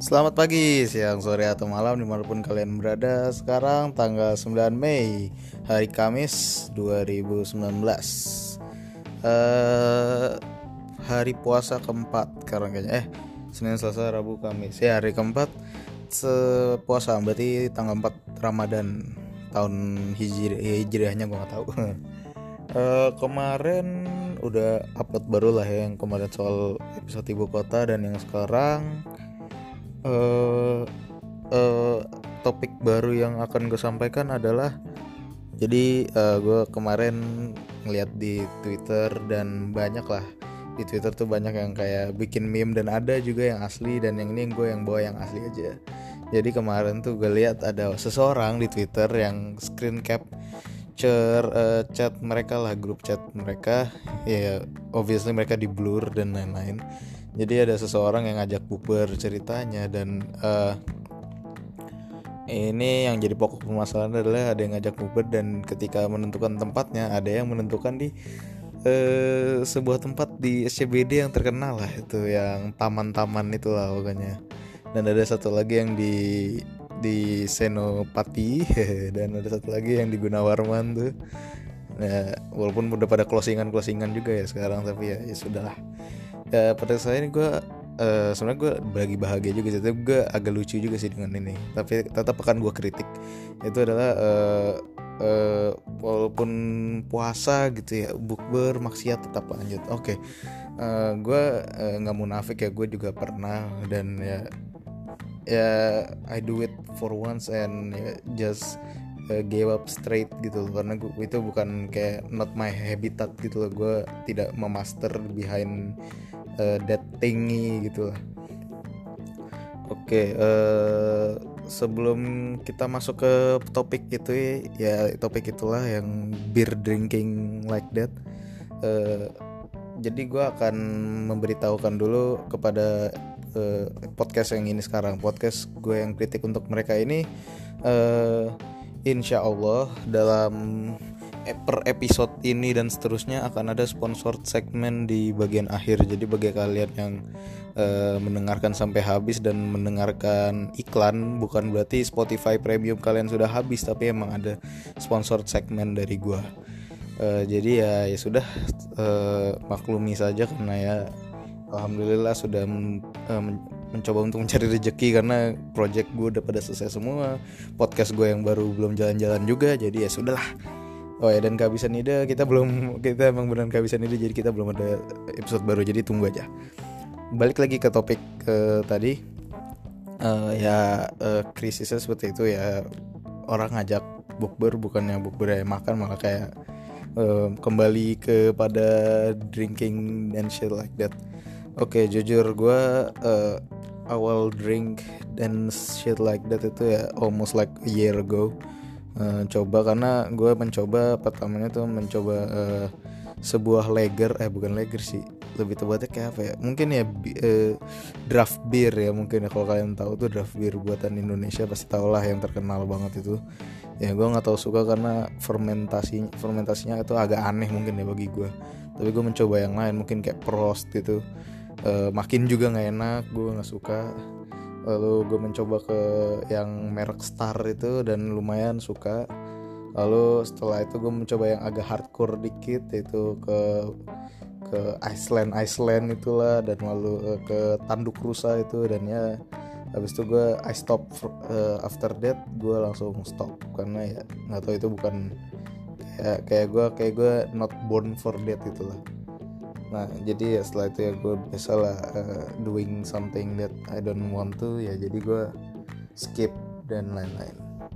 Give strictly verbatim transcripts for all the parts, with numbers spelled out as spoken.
Selamat pagi, siang, sore, atau malam dimanapun kalian berada. Sekarang tanggal sembilan Mei, hari Kamis dua ribu sembilan belas, uh, hari puasa keempat sekarang kayaknya. Eh, Senin, Selasa, Rabu, Kamis. Ya, hari keempat sepuasa, berarti tanggal empat Ramadan tahun hijri, hijriahnya gue gak tahu. uh, Kemarin udah upload baru lah ya, yang kemarin soal episode ibu kota, dan yang sekarang uh, uh, topik baru yang akan gue sampaikan adalah, jadi uh, gue kemarin ngeliat di Twitter, dan banyak lah di Twitter tuh banyak yang kayak bikin meme, dan ada juga yang asli, dan yang ini gue yang bawa yang asli aja. Jadi kemarin tuh gue lihat ada seseorang di Twitter yang screen cap cer, uh, chat mereka lah, grup chat mereka, ya obviously mereka di blur dan lain-lain. Jadi ada seseorang yang ngajak bukber ceritanya, dan uh, ini yang jadi pokok permasalahan adalah ada yang ngajak bukber, dan ketika menentukan tempatnya ada yang menentukan di uh, sebuah tempat di S C B D yang terkenal lah, itu yang taman-taman itulah pokoknya. Dan ada satu lagi yang di di Senopati dan ada satu lagi yang di Gunawarman tuh. Nah, walaupun udah pada closingan-closingan juga ya sekarang, tapi ya ya sudahlah. Ya, pada saya ini gue uh, sebenarnya gue bagi bahagia juga sih, tapi gue agak lucu juga sih dengan ini. Tapi tetap akan gue kritik. Itu adalah uh, uh, walaupun puasa gitu ya, bukber maksiat tetap lanjut. Oke, okay. uh, gue uh, nggak munafik ya, gue juga pernah, dan ya ya I do it for once and ya, just uh, gave up straight gitu, karena gue, itu bukan kayak not my habitat gitu loh. Gue tidak memaster behind uh, that thingy gitu lah. Oke, okay, uh, sebelum kita masuk ke topik itu ya, topik itulah yang beer drinking like that. Uh, jadi gue akan memberitahukan dulu kepada uh, podcast yang ini sekarang, podcast gue yang kritik untuk mereka ini, uh, insya Allah dalam per episode ini dan seterusnya akan ada sponsored segmen di bagian akhir. Jadi bagi kalian yang uh, mendengarkan sampai habis dan mendengarkan iklan, bukan berarti Spotify Premium kalian sudah habis, tapi emang ada sponsored segmen dari gua. Uh, jadi ya ya sudah, uh, maklumi saja, karena ya alhamdulillah sudah men, uh, mencoba untuk mencari rezeki, karena project gue udah pada selesai semua, podcast gue yang baru belum jalan-jalan juga, jadi ya sudahlah. Oh ya, dan kehabisan ide, kita belum, kita emang beneran kehabisan ide, jadi kita belum ada episode baru, jadi tunggu aja. Balik lagi ke topik uh, tadi, uh, ya uh, krisisnya seperti itu ya, orang ngajak bukber bukannya bukber ya makan, malah kayak uh, kembali kepada drinking and shit like that. Oke, okay, jujur gue uh, awal drink dan shit like that itu ya almost like a year ago. Uh, coba karena gue mencoba pertamanya tuh mencoba uh, sebuah lager, eh bukan lager sih, lebih tepatnya kayak apa ya, mungkin ya uh, draft beer ya, mungkin ya, kalau kalian tahu tuh draft beer buatan Indonesia pasti tau lah, yang terkenal banget itu. Ya gue nggak tahu suka karena fermentasi fermentasinya itu agak aneh mungkin ya bagi gue, tapi gue mencoba yang lain, mungkin kayak Prost gitu, uh, makin juga nggak enak, gue nggak suka. Lalu gue mencoba ke yang merek Star itu dan lumayan suka. Lalu setelah itu gue mencoba yang agak hardcore dikit, yaitu ke ke Iceland Iceland itulah, dan lalu uh, ke Tanduk Rusa itu, dan ya habis itu gue I stop uh, after that, gue langsung stop karena ya nggak tahu, itu bukan kayak kayak gue kayak gue not born for that itulah. Nah jadi ya setelah itu ya gue biasalah uh, doing something that I don't want to, ya jadi gue skip dan lain-lain.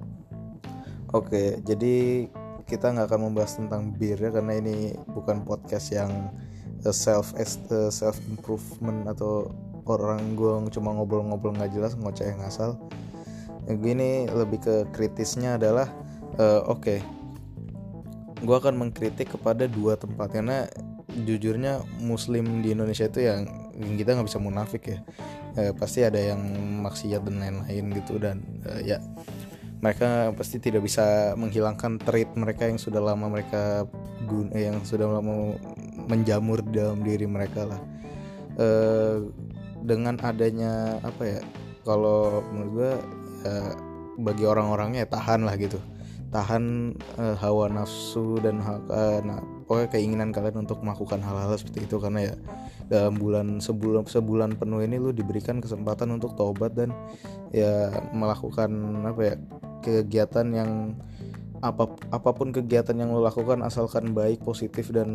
Oke, jadi kita nggak akan membahas tentang bir ya, karena ini bukan podcast yang uh, self uh, self improvement atau orang gue cuma ngobrol-ngobrol nggak jelas, ngoceh ngasal. Yang gini lebih ke kritisnya adalah uh, oke, okay, gue akan mengkritik kepada dua tempat, karena jujurnya muslim di Indonesia itu yang kita nggak bisa munafik ya, e, pasti ada yang maksiat dan lain-lain gitu, dan e, ya mereka pasti tidak bisa menghilangkan trait mereka yang sudah lama mereka gun- yang sudah lama menjamur dalam diri mereka lah. E, dengan adanya apa ya, kalau menurut gue ya bagi orang-orangnya ya tahan lah gitu, tahan uh, hawa nafsu dan ha- uh, nah, pokoknya keinginan kalian untuk melakukan hal-hal seperti itu, karena ya dalam bulan sebulan sebulan penuh ini lu diberikan kesempatan untuk taubat dan ya melakukan apa ya kegiatan yang apa apapun kegiatan yang lo lakukan asalkan baik, positif dan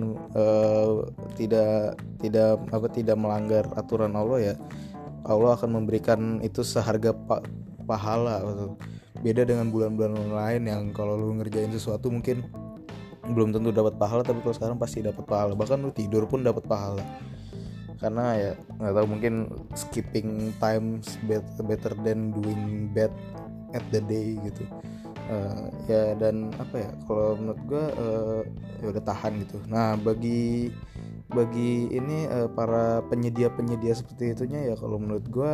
uh, tidak tidak apa tidak melanggar aturan Allah, ya Allah akan memberikan itu seharga pa- pahala gitu. Beda dengan bulan-bulan lain yang kalau lu ngerjain sesuatu mungkin belum tentu dapat pahala, tapi kalau sekarang pasti dapat pahala, bahkan lu tidur pun dapat pahala, karena ya nggak tahu, mungkin skipping time better, better than doing bad at the day gitu. Uh, ya dan apa ya kalau menurut gue uh, ya udah tahan gitu. Nah bagi bagi ini uh, para penyedia-penyedia seperti itunya ya kalau menurut gue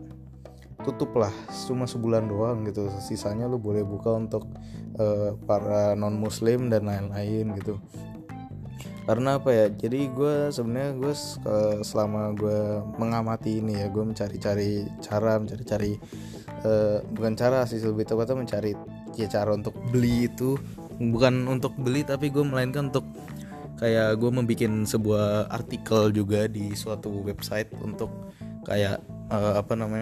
tutuplah cuma sebulan doang gitu, sisanya lu boleh buka untuk uh, para non muslim dan lain-lain gitu. Karena apa ya, jadi gue sebenarnya gue selama gue mengamati ini ya, gue mencari-cari cara mencari-cari uh, bukan cara sih, lebih tepatnya mencari ya cara untuk beli itu, bukan untuk beli tapi gue melainkan untuk kayak gue membuat sebuah artikel juga di suatu website untuk kayak uh, apa namanya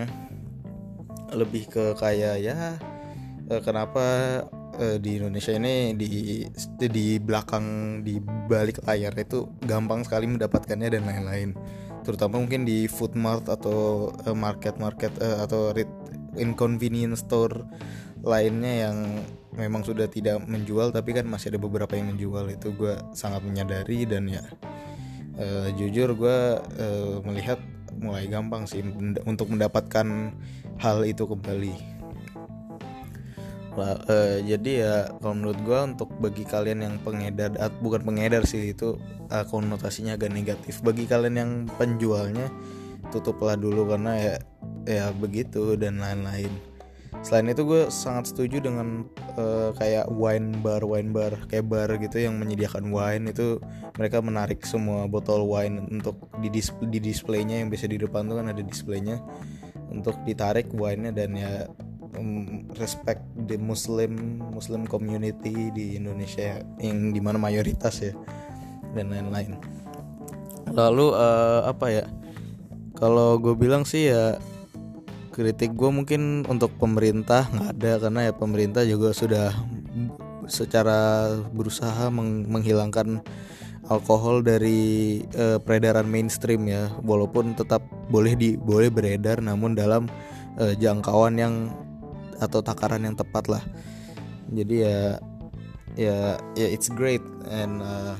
lebih ke kayak ya uh, kenapa uh, di Indonesia ini di di belakang di balik layar itu gampang sekali mendapatkannya dan lain-lain, terutama mungkin di food mart atau uh, market-market uh, atau inconvenience store lainnya yang memang sudah tidak menjual tapi kan masih ada beberapa yang menjual. Itu gue sangat menyadari dan ya uh, jujur gue uh, melihat mulai gampang sih untuk mendapatkan hal itu kembali. Nah, uh, jadi ya kalau menurut gue untuk bagi kalian yang pengedar, bukan pengedar sih itu uh, konotasinya agak negatif, bagi kalian yang penjualnya tutuplah dulu karena ya ya begitu dan lain-lain. Selain itu gue sangat setuju dengan uh, kayak wine bar wine bar kayak bar gitu yang menyediakan wine, itu mereka menarik semua botol wine untuk di display, di displaynya yang biasa di depan tuh kan ada displaynya untuk ditarik wine-nya, dan ya um, respect the muslim muslim community di Indonesia yang dimana mayoritas ya dan lain-lain. Lalu uh, apa ya kalau gue bilang sih ya kritik gue mungkin untuk pemerintah nggak ada, karena ya pemerintah juga sudah secara berusaha meng- menghilangkan alkohol dari uh, peredaran mainstream ya, walaupun tetap boleh di boleh beredar namun dalam uh, jangkauan yang atau takaran yang tepat lah. Jadi ya ya ya it's great and uh,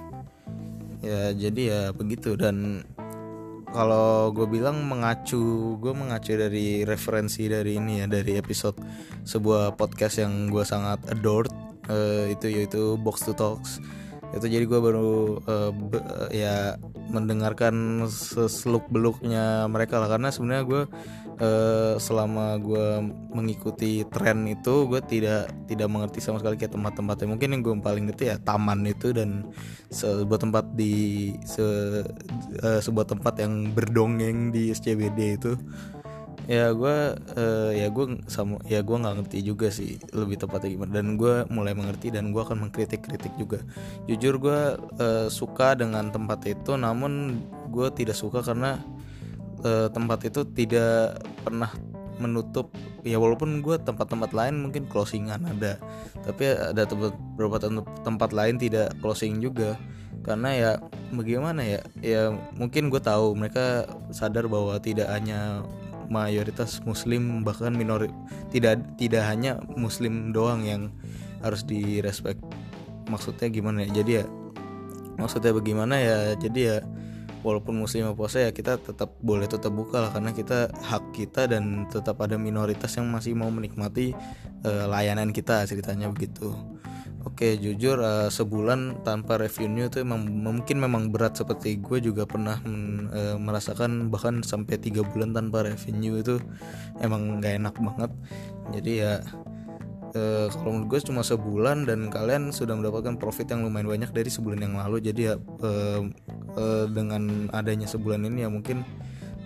ya jadi ya begitu. Dan kalau gue bilang mengacu, gue mengacu dari referensi dari ini ya, dari episode sebuah podcast yang gue sangat adored, uh, itu yaitu Box to Talks. Itu jadi gue baru uh, be, uh, ya mendengarkan seseluk beluknya mereka lah, karena sebenarnya gue uh, selama gue mengikuti tren itu gue tidak tidak mengerti sama sekali kayak tempat-tempatnya. Mungkin yang gue paling ngerti ya taman itu dan sebuah tempat di se, uh, sebuah tempat yang berdongeng di S C B D itu. Ya gue uh, ya gue sama ya gue nggak ngerti juga sih lebih tepatnya gimana, dan gue mulai mengerti dan gue akan mengkritik-kritik juga. Jujur gue uh, suka dengan tempat itu, namun gue tidak suka karena uh, tempat itu tidak pernah menutup ya, walaupun gue tempat-tempat lain mungkin closingan ada, tapi ada tempat, beberapa tempat lain tidak closing juga. Karena ya bagaimana ya ya mungkin gue tahu mereka sadar bahwa tidak hanya mayoritas muslim, bahkan minori tidak tidak hanya muslim doang yang harus direspek. Maksudnya gimana ya, jadi ya maksudnya bagaimana ya jadi ya walaupun muslim apa ya kita tetap boleh tetap buka lah, karena kita hak kita dan tetap ada minoritas yang masih mau menikmati uh, layanan kita, ceritanya begitu. Oke, jujur uh, sebulan tanpa revenue itu emang mungkin memang berat, seperti gue juga pernah men, uh, merasakan bahkan sampai tiga bulan tanpa revenue itu emang gak enak banget. Jadi ya uh, kalau menurut gue cuma sebulan dan kalian sudah mendapatkan profit yang lumayan banyak dari sebulan yang lalu. Jadi ya uh, uh, dengan adanya sebulan ini ya mungkin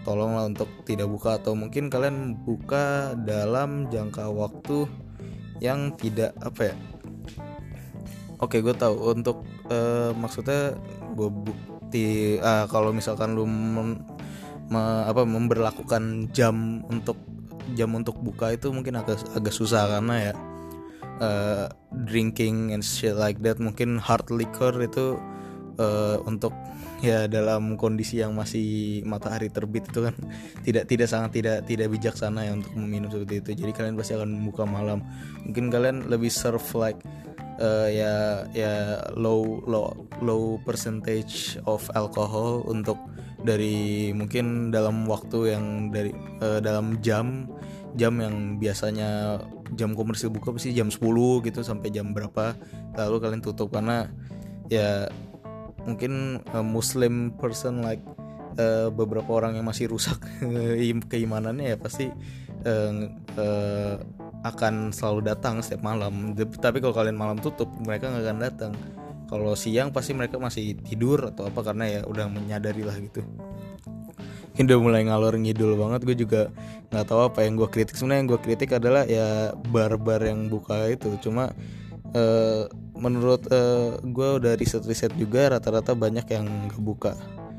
tolonglah untuk tidak buka, atau mungkin kalian buka dalam jangka waktu yang tidak apa ya. Oke, gue tahu untuk uh, maksudnya gue bukti uh, kalau misalkan lu mem, me, apa memberlakukan jam untuk jam untuk buka itu mungkin agak agak susah, karena ya uh, drinking and shit like that, mungkin hard liquor itu uh, untuk ya dalam kondisi yang masih matahari terbit itu kan tidak tidak sangat tidak tidak bijaksana ya untuk meminum seperti itu. Jadi kalian pasti akan buka malam. Mungkin kalian lebih serve like Uh, ya ya low low low percentage of alcohol untuk dari mungkin dalam waktu yang dari uh, dalam jam jam yang biasanya jam komersil buka pasti jam sepuluh gitu sampai jam berapa, lalu kalian tutup. Karena ya mungkin uh, Muslim person like uh, beberapa orang yang masih rusak keimanannya ya pasti uh, uh, akan selalu datang setiap malam. Tapi kalau kalian malam tutup, mereka nggak akan datang. Kalau siang pasti mereka masih tidur atau apa, karena ya udah menyadari lah gitu. Ini udah mulai ngalor ngidul banget. Gue juga nggak tahu apa yang gue kritik. Sebenarnya yang gue kritik adalah ya bar-bar yang buka itu. Cuma uh, menurut uh, gue udah riset-riset juga, rata-rata banyak yang nggak buka.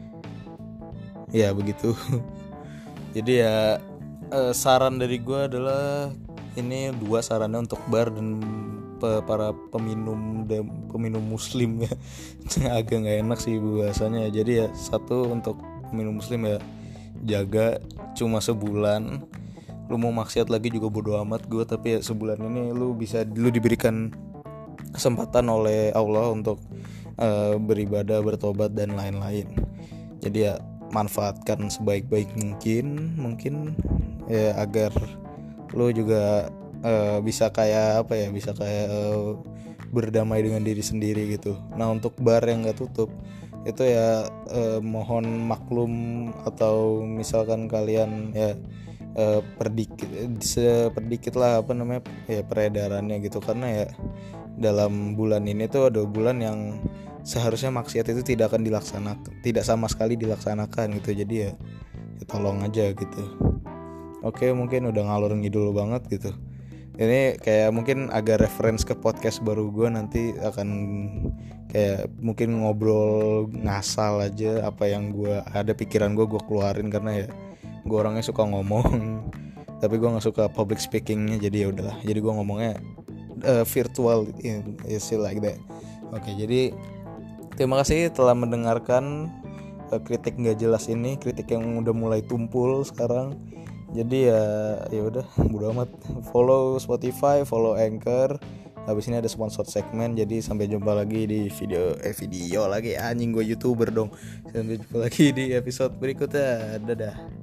Ya begitu. Jadi ya uh, saran dari gue adalah ini dua sarannya untuk bar dan pe, para peminum dan peminum muslim ya. Agak nggak enak sih bahasanya. Jadi ya satu untuk peminum muslim ya jaga cuma sebulan. Lu mau maksiat lagi juga bodo amat gue, tapi ya sebulan ini lu bisa lu diberikan kesempatan oleh Allah untuk uh, beribadah, bertobat dan lain-lain. Jadi ya manfaatkan sebaik-baik mungkin mungkin ya agar lo juga uh, bisa kayak apa ya bisa kayak uh, berdamai dengan diri sendiri gitu. Nah untuk bar yang nggak tutup itu ya uh, mohon maklum, atau misalkan kalian ya uh, perdikit seperdikit lah apa namanya ya peredarannya gitu, karena ya dalam bulan ini tuh ada bulan yang seharusnya maksiat itu tidak akan dilaksanakan, tidak sama sekali dilaksanakan gitu. Jadi ya, ya tolong aja gitu. Oke, mungkin udah ngalor ngidul banget gitu. Ini kayak mungkin agak reference ke podcast baru gue, nanti akan kayak mungkin ngobrol ngasal aja apa yang gue ada pikiran gue gue keluarin, karena ya gue orangnya suka ngomong tapi gue nggak suka public speakingnya. Jadi ya udahlah, jadi gue ngomongnya uh, virtual in, like that. Oke, jadi terima kasih telah mendengarkan uh, kritik nggak jelas ini, kritik yang udah mulai tumpul sekarang. Jadi ya ya udah bodo amat. Follow Spotify, follow Anchor. Habis ini ada sponsor segmen. Jadi sampai jumpa lagi di video eh video lagi anjing gue YouTuber dong. Sampai jumpa lagi di episode berikutnya. Dadah.